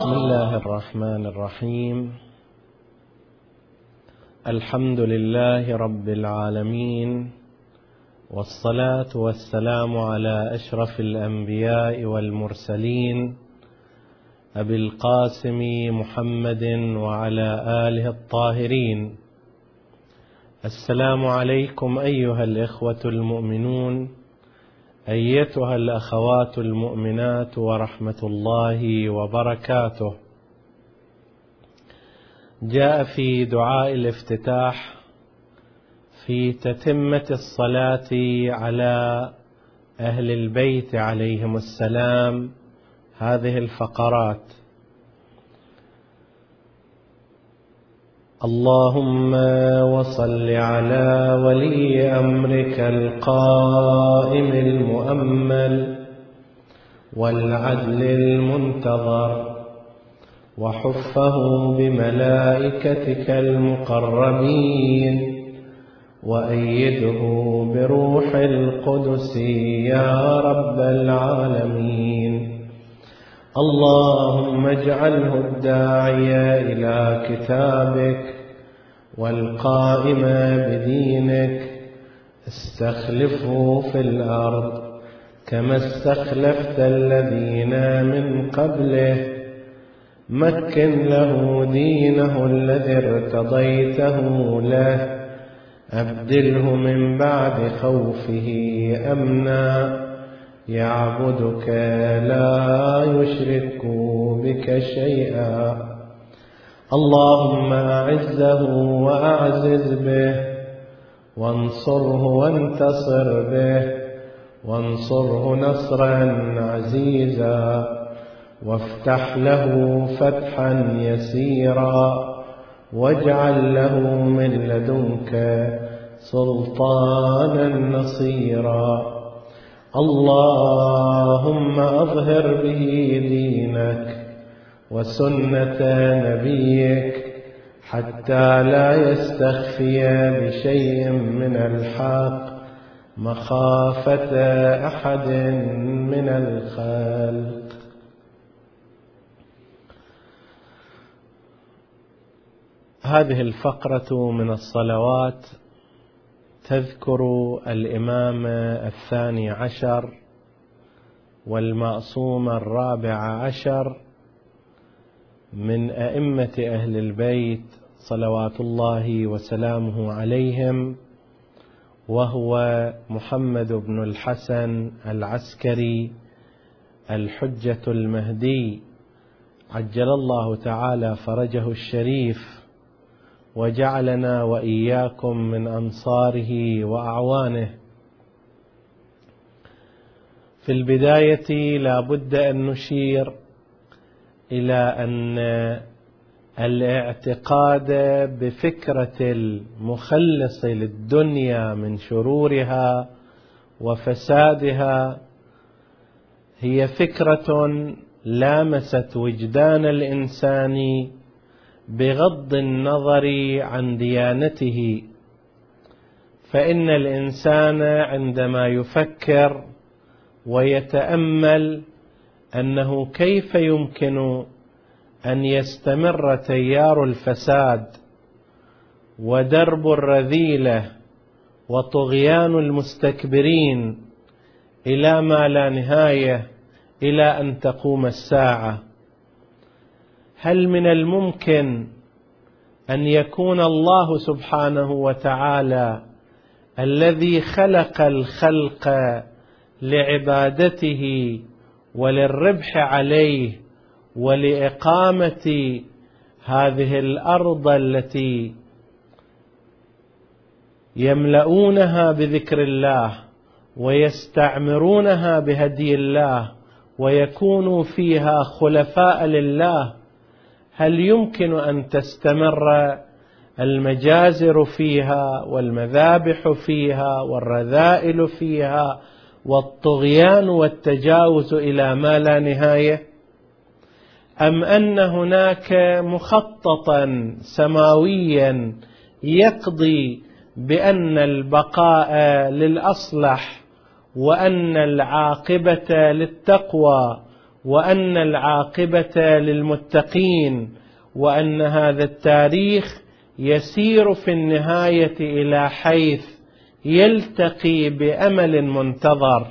بسم الله الرحمن الرحيم. الحمد لله رب العالمين، والصلاة والسلام على أشرف الأنبياء والمرسلين أبي القاسم محمد وعلى آله الطاهرين. السلام عليكم أيها الإخوة المؤمنون، أيتها الأخوات المؤمنات، ورحمة الله وبركاته. جاء في دعاء الافتتاح في تتمة الصلاة على أهل البيت عليهم السلام هذه الفقرات: اللهم وصل على ولي أمرك القائم المؤمل والعدل المنتظر، وحفه بملائكتك المقربين، وأيده بروح القدس يا رب العالمين. اللهم اجعله الداعي إلى كتابك والقائم بدينك، استخلفه في الأرض كما استخلفت الذين من قبله، مكن له دينه الذي ارتضيته له، أبدله من بعد خوفه أمنا، يعبدك لا يشرك بك شيئا. اللهم أعزه وأعزز به، وانصره وانتصر به، وانصره نصرا عزيزا، وافتح له فتحا يسيرا، واجعل له من لدنك سلطانا نصيرا. اللهم أظهر به دينك وسنة نبيك، حتى لا يستخفي بشيء من الحق مخافة أحد من الخلق. هذه الفقرة من الصلوات تذكر الإمام الثاني عشر والمعصوم الرابع عشر من أئمة أهل البيت صلوات الله وسلامه عليهم، وهو محمد بن الحسن العسكري الحجة المهدي، عجل الله تعالى فرجه الشريف، وجعلنا وإياكم من أنصاره وأعوانه. في البداية لا بد أن نشير إلى أن الاعتقاد بفكرة المخلص للدنيا من شرورها وفسادها هي فكرة لامست وجدان الإنسان بغض النظر عن ديانته. فإن الإنسان عندما يفكر ويتأمل أنه كيف يمكن أن يستمر تيار الفساد ودرب الرذيلة وطغيان المستكبرين إلى ما لا نهاية إلى أن تقوم الساعة، هل من الممكن أن يكون الله سبحانه وتعالى الذي خلق الخلق لعبادته وللربح عليه ولإقامة هذه الأرض التي يملؤونها بذكر الله ويستعمرونها بهدي الله ويكونوا فيها خلفاء لله، هل يمكن أن تستمر المجازر فيها والمذابح فيها والرذائل فيها والطغيان والتجاوز إلى ما لا نهاية؟ أم أن هناك مخططا سماويا يقضي بأن البقاء للأصلح، وأن العاقبة للتقوى، وأن العاقبة للمتقين، وأن هذا التاريخ يسير في النهاية إلى حيث يلتقي بأمل منتظر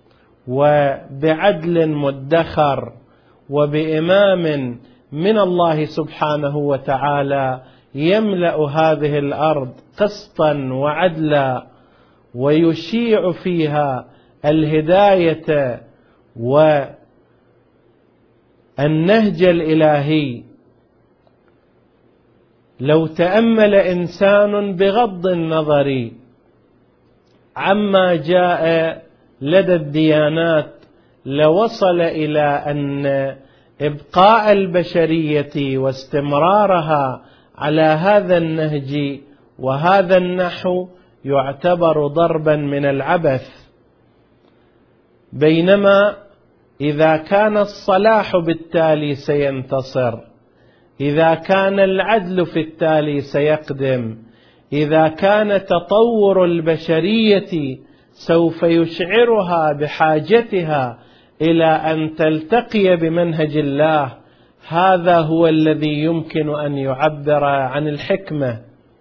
وبعدل مدخر وبإمام من الله سبحانه وتعالى يملأ هذه الأرض قسطا وعدلا ويشيع فيها الهداية والنهج الإلهي. لو تأمل إنسان بغض النظر عما جاء لدى الديانات لوصل إلى أن إبقاء البشرية واستمرارها على هذا النهج وهذا النحو يعتبر ضربا من العبث، بينما إذا كان الصلاح بالتالي سينتصر، إذا كان العدل في التالي سيقدم، إذا كان تطور البشرية سوف يشعرها بحاجتها إلى أن تلتقي بمنهج الله، هذا هو الذي يمكن أن يعبر عن الحكمة.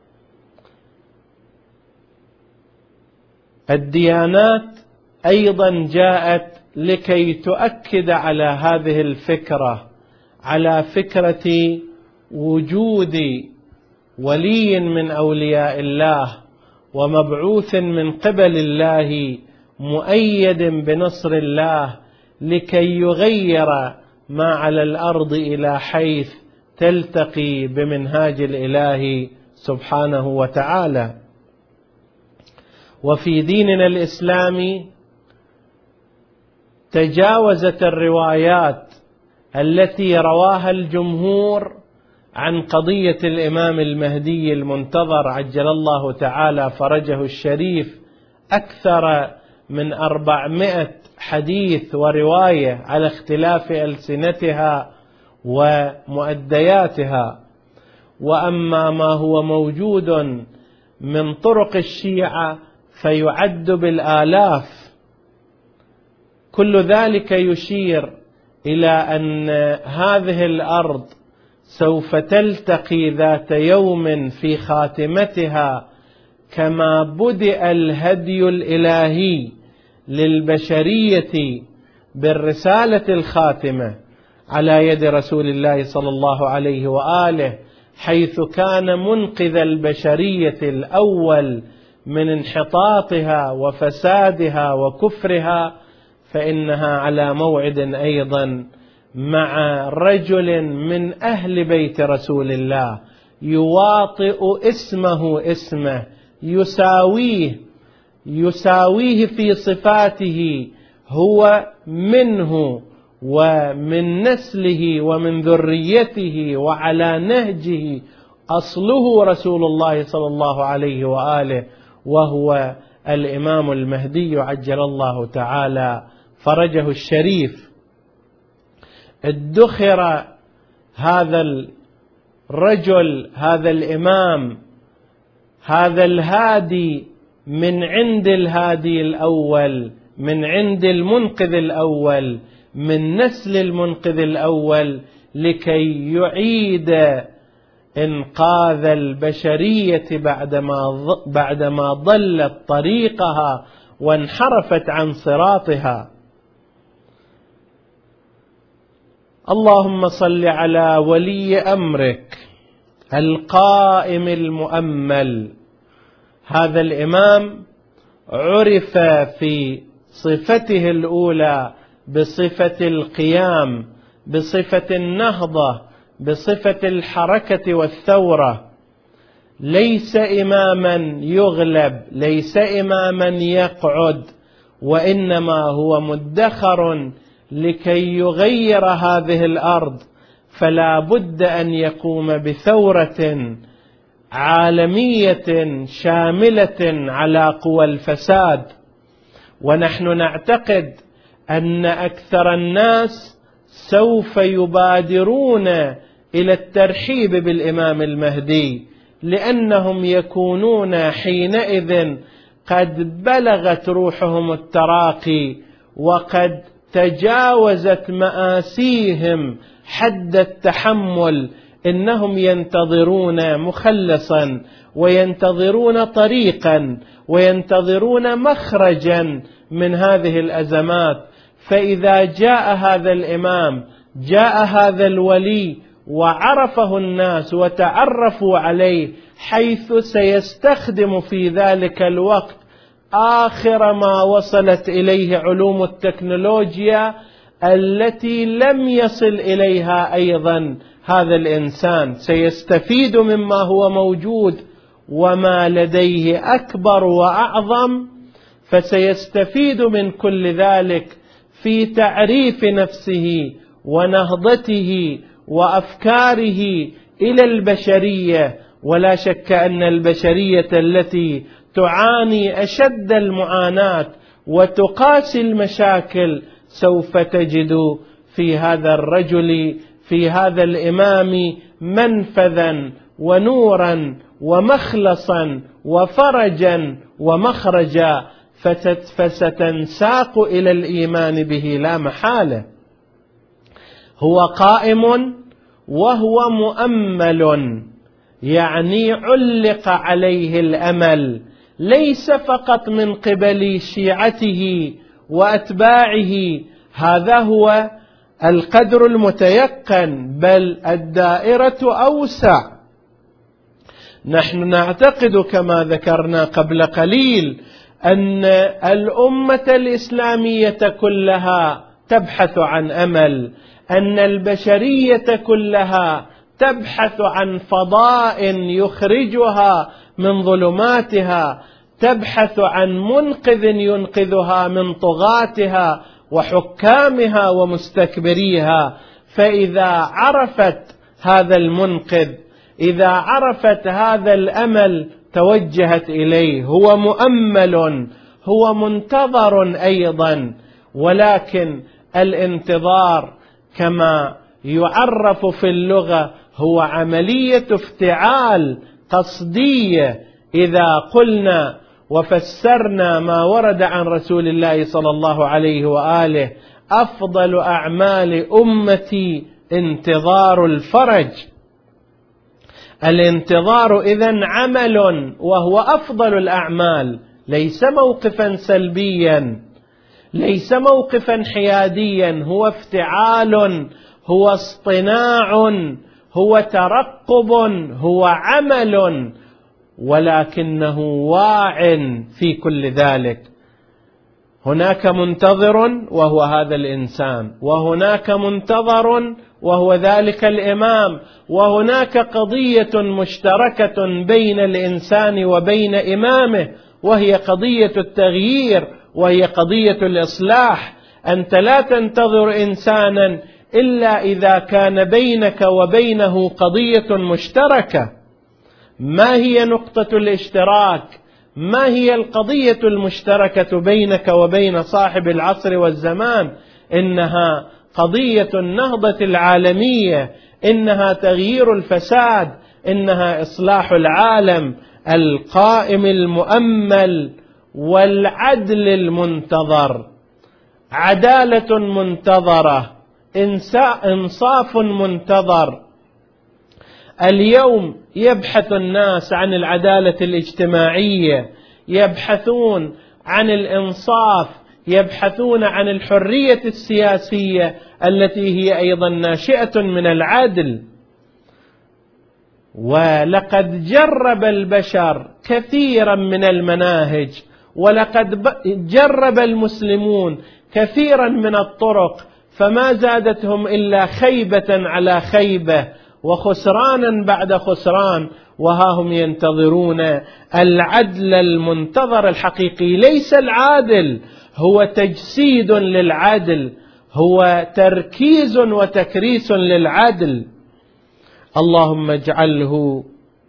الديانات أيضا جاءت لكي تؤكد على هذه الفكرة، على فكرة وجود ولي من أولياء الله ومبعوث من قبل الله مؤيد بنصر الله لكي يغير ما على الأرض إلى حيث تلتقي بمنهاج الإله سبحانه وتعالى. وفي ديننا الإسلامي تجاوزت الروايات التي رواها الجمهور عن قضية الإمام المهدي المنتظر عجل الله تعالى فرجه الشريف أكثر من 400 حديث ورواية على اختلاف ألسنتها ومؤدياتها. وأما ما هو موجود من طرق الشيعة فيعد بالآلاف. كل ذلك يشير إلى أن هذه الأرض سوف تلتقي ذات يوم في خاتمتها كما بدأ الهدي الإلهي للبشرية بالرسالة الخاتمة على يد رسول الله صلى الله عليه وآله، حيث كان منقذ البشرية الأول من انحطاطها وفسادها وكفرها، فإنها على موعد أيضا مع رجل من أهل بيت رسول الله يواطئ اسمه يساويه في صفاته، هو منه ومن نسله ومن ذريته وعلى نهجه، أصله رسول الله صلى الله عليه وآله، وهو الإمام المهدي عجل الله تعالى فرجه الشريف. ادخر هذا الرجل، هذا الإمام، هذا الهادي من عند الهادي الأول، من عند المنقذ الأول، من نسل المنقذ الأول، لكي يعيد إنقاذ البشرية بعدما ضلت طريقها وانحرفت عن صراطها. اللهم صل على ولي أمرك القائم المؤمل. هذا الإمام عرف في صفته الأولى بصفة القيام، بصفة النهضة، بصفة الحركة والثورة. ليس إماما يغلب، ليس إماما يقعد، وإنما هو مدخر لكي يغير هذه الأرض. فلا بد أن يقوم بثورة عالمية شاملة على قوى الفساد. ونحن نعتقد أن أكثر الناس سوف يبادرون إلى الترحيب بالإمام المهدي، لأنهم يكونون حينئذ قد بلغت روحهم التراقي، وقد تجاوزت مآسيهم حد التحمل، إنهم ينتظرون مخلصا، وينتظرون طريقا، وينتظرون مخرجا من هذه الأزمات. فإذا جاء هذا الإمام، جاء هذا الولي، وعرفه الناس وتعرفوا عليه، حيث سيستخدم في ذلك الوقت آخر ما وصلت إليه علوم التكنولوجيا التي لم يصل إليها أيضا هذا الإنسان، سيستفيد مما هو موجود وما لديه أكبر وأعظم، فسيستفيد من كل ذلك في تعريف نفسه ونهضته وأفكاره إلى البشرية. ولا شك أن البشرية التي تعاني أشد المعاناة وتقاسي المشاكل سوف تجد في هذا الرجل، في هذا الإمام، منفذا ونورا ومخلصا وفرجا ومخرجا، فستنساق إلى الإيمان به لا محالة. هو قائم وهو مؤمل، يعني علق عليه الأمل، ليس فقط من قبل شيعته وأتباعه، هذا هو القدر المتيقن، بل الدائرة أوسع. نحن نعتقد كما ذكرنا قبل قليل أن الأمة الإسلامية كلها تبحث عن أمل، أن البشرية كلها تبحث عن فضاء يخرجها من ظلماتها، تبحث عن منقذ ينقذها من طغاتها وحكامها ومستكبريها. فإذا عرفت هذا المنقذ، إذا عرفت هذا الأمل، توجهت إليه. هو مؤمل، هو منتظر أيضا، ولكن الانتظار كما يعرف في اللغة هو عملية افتعال قصدية. إذا قلنا وفسرنا ما ورد عن رسول الله صلى الله عليه وآله: أفضل أعمال أمتي انتظار الفرج. الانتظار إذن عمل، وهو أفضل الأعمال، ليس موقفا سلبيا، ليس موقفا حياديا، هو افتعال، هو اصطناع، هو ترقب، هو عمل، ولكنه واع في كل ذلك. هناك منتظر وهو هذا الإنسان، وهناك منتظر وهو ذلك الإمام، وهناك قضية مشتركة بين الإنسان وبين إمامه، وهي قضية التغيير، وهي قضية الإصلاح. أنت لا تنتظر إنسانا إلا إذا كان بينك وبينه قضية مشتركة. ما هي نقطة الاشتراك؟ ما هي القضية المشتركة بينك وبين صاحب العصر والزمان؟ إنها قضية النهضة العالمية، إنها تغيير الفساد، إنها إصلاح العالم، القائم المؤمل والعدل المنتظر، عدالة منتظرة، إنصاف منتظر. اليوم يبحث الناس عن العدالة الاجتماعية، يبحثون عن الإنصاف، يبحثون عن الحرية السياسية التي هي أيضا ناشئة من العدل. ولقد جرب البشر كثيرا من المناهج، ولقد جرب المسلمون كثيرا من الطرق، فما زادتهم إلا خيبة على خيبة وخسرانا بعد خسران، وها هم ينتظرون العدل المنتظر الحقيقي. ليس العادل، هو تجسيد للعدل، هو تركيز وتكريس للعدل. اللهم اجعله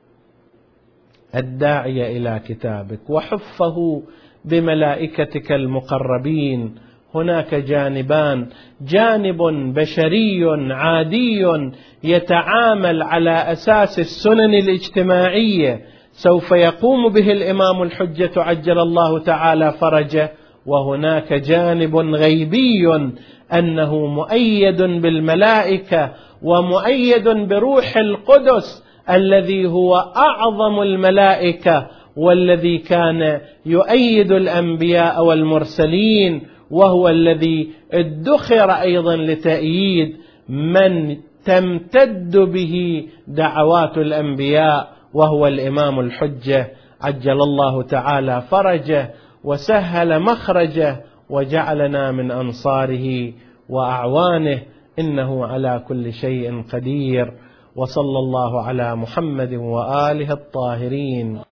الداعي إلى كتابك وحفه بملائكتك المقربين. هناك جانبان: جانب بشري عادي يتعامل على أساس السنن الاجتماعية، سوف يقوم به الإمام الحجة عجل الله تعالى فرجه، وهناك جانب غيبي أنه مؤيد بالملائكة ومؤيد بروح القدس الذي هو أعظم الملائكة، والذي كان يؤيد الأنبياء والمرسلين، وهو الذي ادخر أيضا لتأييد من تمتد به دعوات الأنبياء، وهو الإمام الحجة عجل الله تعالى فرجه وسهل مخرجه وجعلنا من أنصاره وأعوانه، إنه على كل شيء قدير. وصلى الله على محمد وآله الطاهرين.